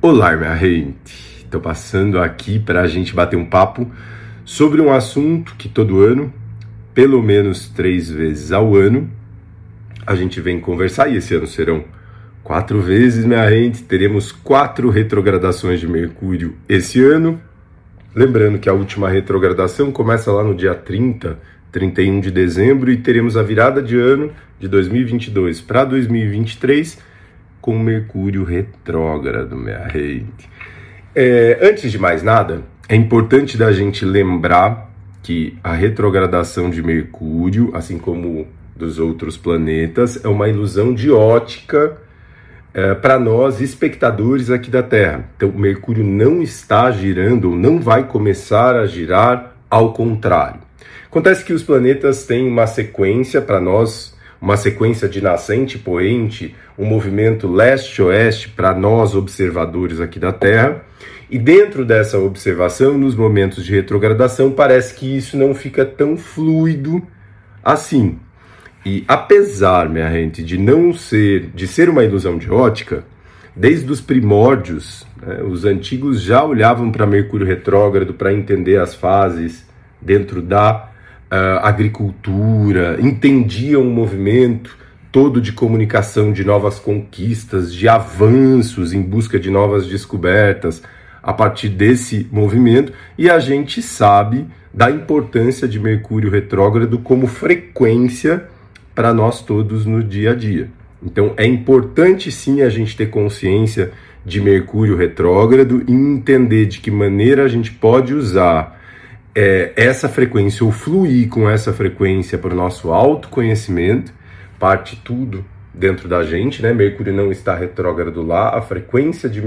Olá, minha gente! Estou passando aqui para a gente bater um papo sobre um assunto que todo ano, pelo menos 3 vezes ao ano, a gente vem conversar, e esse ano serão 4 vezes, minha gente. Teremos 4 retrogradações de Mercúrio esse ano. Lembrando que a última retrogradação começa lá no dia 31 de dezembro, e teremos a virada de ano de 2022 para 2023 com Mercúrio retrógrado, minha gente. Antes de mais nada, é importante da gente lembrar que a retrogradação de Mercúrio, assim como dos outros planetas, é uma ilusão de ótica para nós, espectadores aqui da Terra. Então, Mercúrio não está girando, ou não vai começar a girar, ao contrário. Acontece que os planetas têm uma sequência para nós, uma sequência de nascente e poente, um movimento leste-oeste para nós, observadores aqui da Terra. E dentro dessa observação, nos momentos de retrogradação, parece que isso não fica tão fluido assim. E apesar, minha gente, de ser uma ilusão de ótica, desde os primórdios, né, os antigos já olhavam para Mercúrio retrógrado para entender as fases dentro da agricultura, entendiam o movimento todo de comunicação, de novas conquistas, de avanços em busca de novas descobertas a partir desse movimento, e a gente sabe da importância de Mercúrio retrógrado como frequência para nós todos no dia a dia. Então é importante sim a gente ter consciência de Mercúrio retrógrado e entender de que maneira a gente pode usar essa frequência, ou fluir com essa frequência para o nosso autoconhecimento. Parte tudo dentro da gente, né? Mercúrio não está retrógrado lá, a frequência de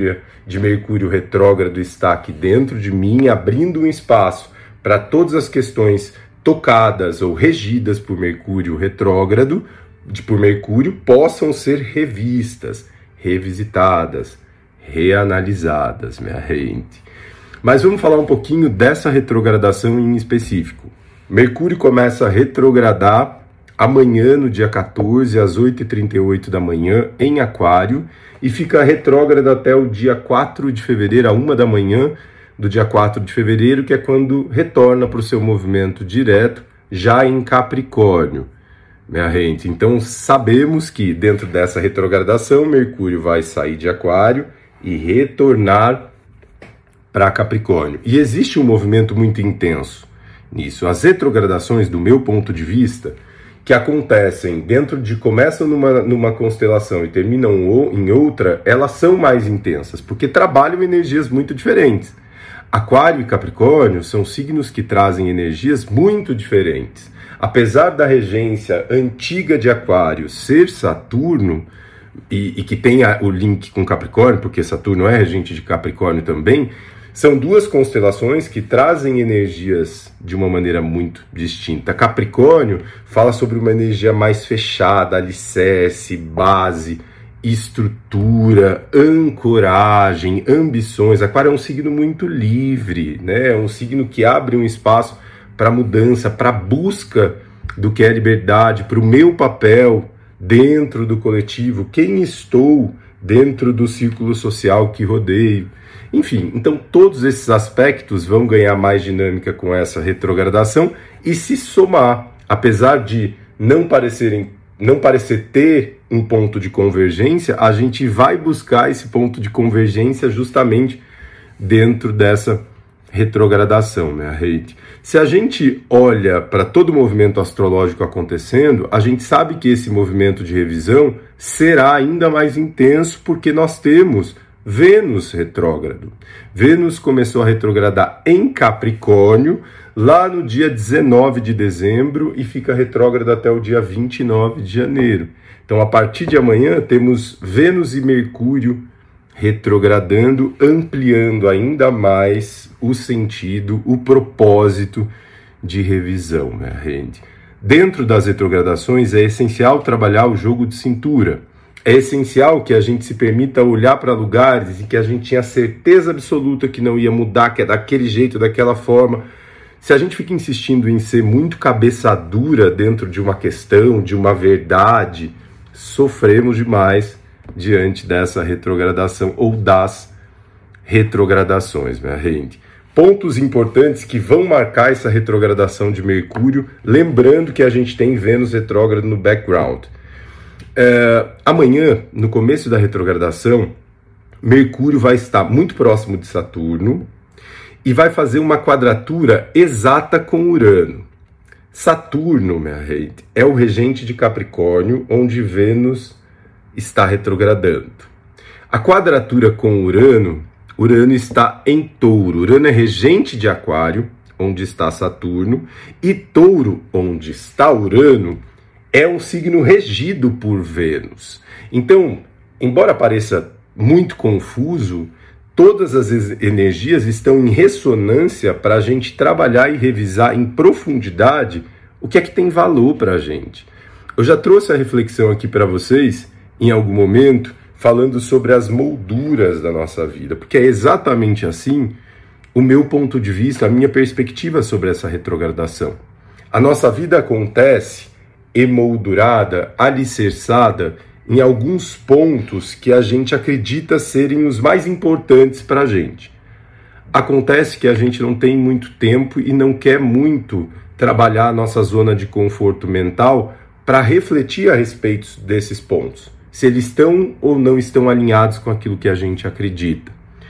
Mercúrio retrógrado está aqui dentro de mim, abrindo um espaço para todas as questões tocadas ou regidas por Mercúrio retrógrado, por Mercúrio, possam ser revistas, revisitadas, reanalisadas, minha gente. Mas vamos falar um pouquinho dessa retrogradação em específico. Mercúrio começa a retrogradar amanhã, no dia 14, às 8h38 da manhã, em Aquário, e fica retrógrado até o dia 4 de fevereiro, à 1 da manhã do dia 4 de fevereiro, que é quando retorna para o seu movimento direto, já em Capricórnio, minha gente. Então sabemos que dentro dessa retrogradação, Mercúrio vai sair de Aquário e retornar para Capricórnio. E existe um movimento muito intenso nisso. As retrogradações, do meu ponto de vista, que acontecem começam numa constelação e terminam em outra, elas são mais intensas, porque trabalham energias muito diferentes. Aquário e Capricórnio são signos que trazem energias muito diferentes. Apesar da regência antiga de Aquário ser Saturno, e que tem o link com Capricórnio, porque Saturno é regente de Capricórnio também, são duas constelações que trazem energias de uma maneira muito distinta. Capricórnio fala sobre uma energia mais fechada, alicerce, base, estrutura, ancoragem, ambições. Aquário é um signo muito livre, né? É um signo que abre um espaço para mudança, para busca do que é liberdade, para o meu papel dentro do coletivo, quem estou dentro do círculo social que rodeio. Enfim, então todos esses aspectos vão ganhar mais dinâmica com essa retrogradação e se somar, apesar de não parecer ter um ponto de convergência, a gente vai buscar esse ponto de convergência justamente dentro dessa retrogradação, minha gente. Se a gente olha para todo o movimento astrológico acontecendo, a gente sabe que esse movimento de revisão será ainda mais intenso, porque nós temos Vênus retrógrado. Vênus começou a retrogradar em Capricórnio lá no dia 19 de dezembro e fica retrógrado até o dia 29 de janeiro. Então, a partir de amanhã, temos Vênus e Mercúrio retrogradando, ampliando ainda mais o sentido, o propósito de revisão, minha gente. Dentro das retrogradações, é essencial trabalhar o jogo de cintura. É essencial que a gente se permita olhar para lugares em que a gente tinha certeza absoluta que não ia mudar, que é daquele jeito, daquela forma. Se a gente fica insistindo em ser muito cabeça dura dentro de uma questão, de uma verdade, sofremos demais diante dessa retrogradação ou das retrogradações, minha gente. Pontos importantes que vão marcar essa retrogradação de Mercúrio, lembrando que a gente tem Vênus retrógrado no background. Amanhã, no começo da retrogradação, Mercúrio vai estar muito próximo de Saturno e vai fazer uma quadratura exata com Urano. Saturno, minha gente, é o regente de Capricórnio, onde Vênus está retrogradando. A quadratura com Urano está em Touro. Urano é regente de Aquário, onde está Saturno, e Touro, onde está Urano, é um signo regido por Vênus. Então, embora pareça muito confuso, todas as energias estão em ressonância para a gente trabalhar e revisar em profundidade o que é que tem valor para a gente. Eu já trouxe a reflexão aqui para vocês, em algum momento, falando sobre as molduras da nossa vida, porque é exatamente assim o meu ponto de vista, a minha perspectiva sobre essa retrogradação. A nossa vida acontece emoldurada, alicerçada em alguns pontos que a gente acredita serem os mais importantes para a gente. Acontece que a gente não tem muito tempo e não quer muito trabalhar a nossa zona de conforto mental para refletir a respeito desses pontos, se eles estão ou não estão alinhados com aquilo que a gente acredita.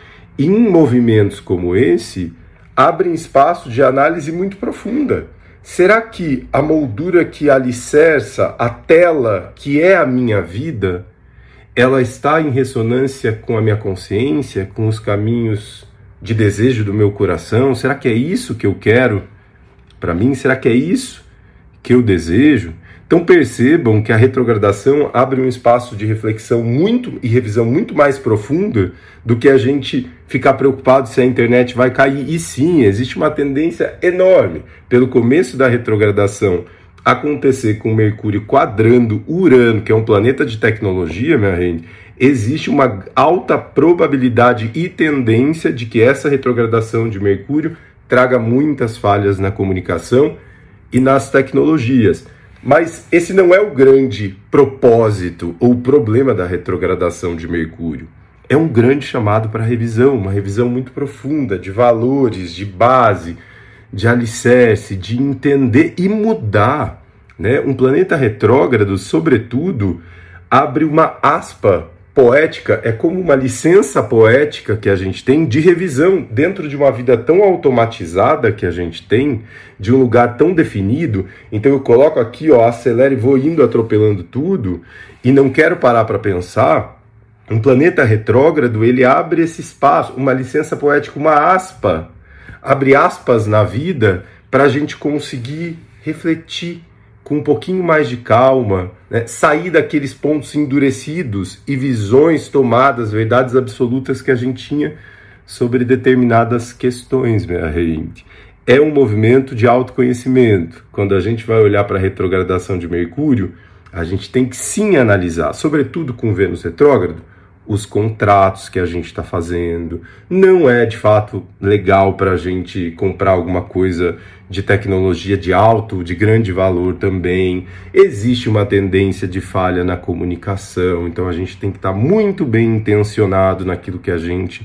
E em movimentos como esse, abrem espaço de análise muito profunda. Será que a moldura que alicerça, a tela que é a minha vida, ela está em ressonância com a minha consciência, com os caminhos de desejo do meu coração? Será que é isso que eu quero para mim? Será que é isso que eu desejo? Então percebam que a retrogradação abre um espaço de reflexão e revisão muito mais profunda do que a gente ficar preocupado se a internet vai cair. E sim, existe uma tendência enorme pelo começo da retrogradação acontecer com Mercúrio quadrando Urano, que é um planeta de tecnologia, minha gente. Existe uma alta probabilidade e tendência de que essa retrogradação de Mercúrio traga muitas falhas na comunicação e nas tecnologias. Mas esse não é o grande propósito ou problema da retrogradação de Mercúrio. É um grande chamado para revisão, uma revisão muito profunda de valores, de base, de alicerce, de entender e mudar, né? Um planeta retrógrado, sobretudo, abre uma aspa poética, é como uma licença poética que a gente tem de revisão dentro de uma vida tão automatizada que a gente tem, de um lugar tão definido. Então eu coloco aqui, acelero e vou indo atropelando tudo e não quero parar para pensar. Um planeta retrógrado, ele abre esse espaço, uma licença poética, uma aspa, abre aspas na vida para a gente conseguir refletir com um pouquinho mais de calma, né? Sair daqueles pontos endurecidos e visões tomadas, verdades absolutas que a gente tinha sobre determinadas questões, minha gente. É um movimento de autoconhecimento. Quando a gente vai olhar para a retrogradação de Mercúrio, a gente tem que sim analisar, sobretudo com Vênus retrógrado, os contratos que a gente está fazendo. Não é, de fato, legal para a gente comprar alguma coisa de tecnologia de grande valor também. Existe uma tendência de falha na comunicação, então a gente tem que estar muito bem intencionado naquilo que a gente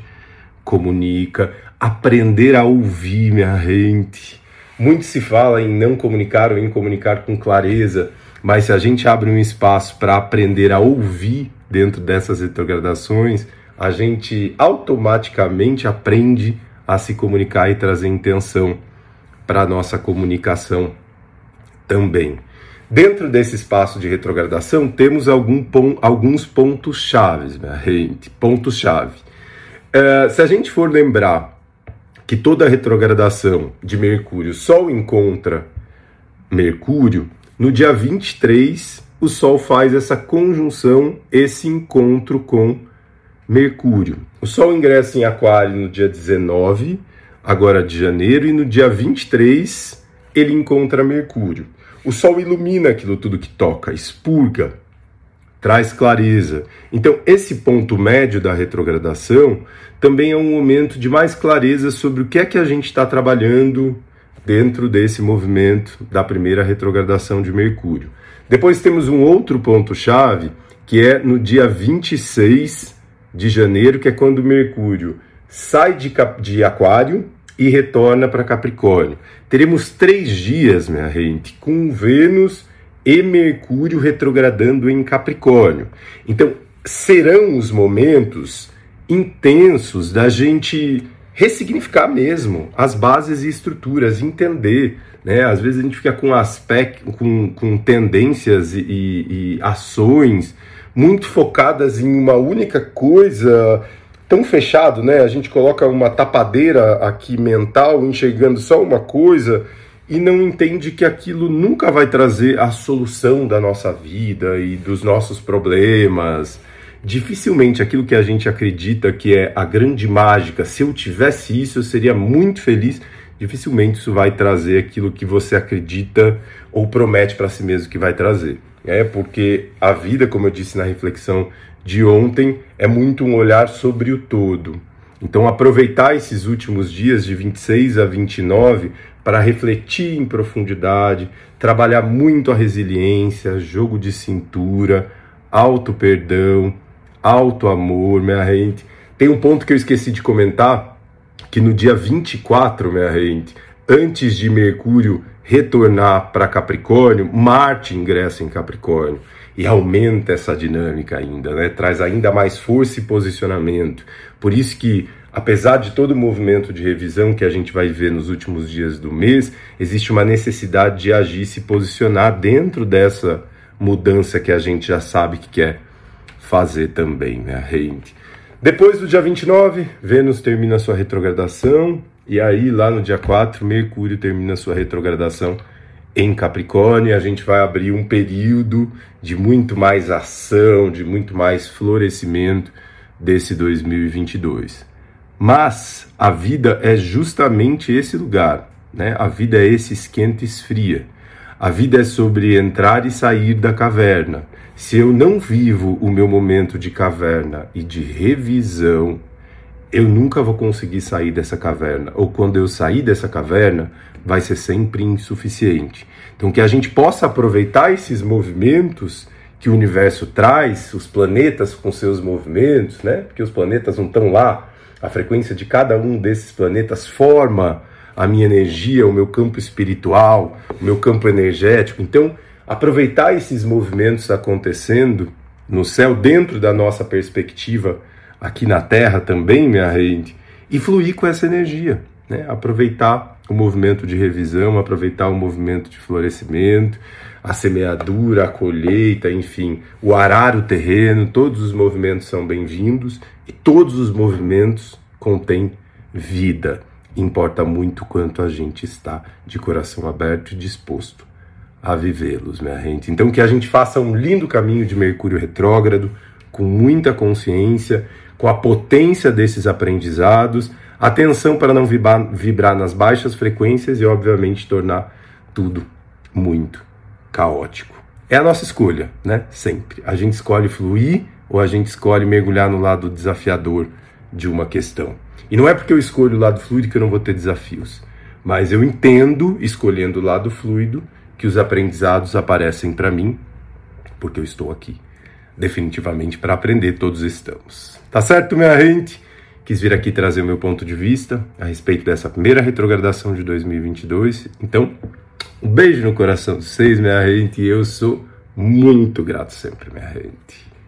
comunica. Aprender a ouvir, minha gente. Muito se fala em não comunicar ou em comunicar com clareza, mas se a gente abre um espaço para aprender a ouvir dentro dessas retrogradações, a gente automaticamente aprende a se comunicar e trazer intenção para a nossa comunicação também. Dentro desse espaço de retrogradação, temos alguns pontos-chave, minha gente, pontos-chave. Se a gente for lembrar que toda retrogradação de Mercúrio, Sol encontra Mercúrio, no dia 23, o Sol faz essa conjunção, esse encontro com Mercúrio. O Sol ingressa em Aquário no dia 19, agora de janeiro, e no dia 23 ele encontra Mercúrio. O Sol ilumina aquilo tudo que toca, expurga, traz clareza. Então, esse ponto médio da retrogradação também é um momento de mais clareza sobre o que é que a gente está trabalhando dentro desse movimento da primeira retrogradação de Mercúrio. Depois temos um outro ponto-chave, que é no dia 26 de janeiro, que é quando Mercúrio sai de Aquário e retorna para Capricórnio. Teremos 3 dias, minha gente, com Vênus e Mercúrio retrogradando em Capricórnio. Então, serão os momentos intensos da gente ressignificar mesmo as bases e estruturas, entender, né? Às vezes a gente fica com tendências e ações muito focadas em uma única coisa, tão fechado, né? A gente coloca uma tapadeira aqui mental, enxergando só uma coisa e não entende que aquilo nunca vai trazer a solução da nossa vida e dos nossos problemas. Dificilmente aquilo que a gente acredita que é a grande mágica, se eu tivesse isso, eu seria muito feliz. Dificilmente isso vai trazer aquilo que você acredita ou promete para si mesmo que vai trazer. Porque a vida, como eu disse na reflexão de ontem, é muito um olhar sobre o todo. Então, aproveitar esses últimos dias, de 26 a 29, para refletir em profundidade, trabalhar muito a resiliência, jogo de cintura, auto-perdão, auto-amor, minha gente. Tem um ponto que eu esqueci de comentar, que no dia 24, minha gente, antes de Mercúrio retornar para Capricórnio, Marte ingressa em Capricórnio e aumenta essa dinâmica ainda, né? Traz ainda mais força e posicionamento. Por isso que, apesar de todo o movimento de revisão que a gente vai ver nos últimos dias do mês, existe uma necessidade de agir e se posicionar dentro dessa mudança que a gente já sabe que quer fazer também, minha gente. Depois do dia 29, Vênus termina sua retrogradação, e aí lá no dia 4, Mercúrio termina sua retrogradação em Capricórnio, e a gente vai abrir um período de muito mais ação, de muito mais florescimento desse 2022. Mas a vida é justamente esse lugar, né? A vida é esse esquenta e esfria. A vida é sobre entrar e sair da caverna. Se eu não vivo o meu momento de caverna e de revisão, eu nunca vou conseguir sair dessa caverna. Ou quando eu sair dessa caverna, vai ser sempre insuficiente. Então, que a gente possa aproveitar esses movimentos que o universo traz, os planetas com seus movimentos, né? Porque os planetas não estão lá. A frequência de cada um desses planetas forma a minha energia, o meu campo espiritual, o meu campo energético. Então, aproveitar esses movimentos acontecendo no céu, dentro da nossa perspectiva aqui na Terra também, minha gente, e fluir com essa energia, né? Aproveitar o movimento de revisão, aproveitar o movimento de florescimento, a semeadura, a colheita, enfim, o arar o terreno, todos os movimentos são bem-vindos e todos os movimentos contêm vida. Importa muito quanto a gente está de coração aberto e disposto a vivê-los, minha gente. Então que a gente faça um lindo caminho de Mercúrio retrógrado, com muita consciência, com a potência desses aprendizados, atenção para não vibrar nas baixas frequências e, obviamente, tornar tudo muito caótico. É a nossa escolha, né? Sempre. A gente escolhe fluir ou a gente escolhe mergulhar no lado desafiador de uma questão. E não é porque eu escolho o lado fluido que eu não vou ter desafios, mas eu entendo, escolhendo o lado fluido, que os aprendizados aparecem para mim, porque eu estou aqui, definitivamente, para aprender, todos estamos. Tá certo, minha gente? Quis vir aqui trazer o meu ponto de vista a respeito dessa primeira retrogradação de 2022. Então, um beijo no coração de vocês, minha gente, e eu sou muito grato sempre, minha gente.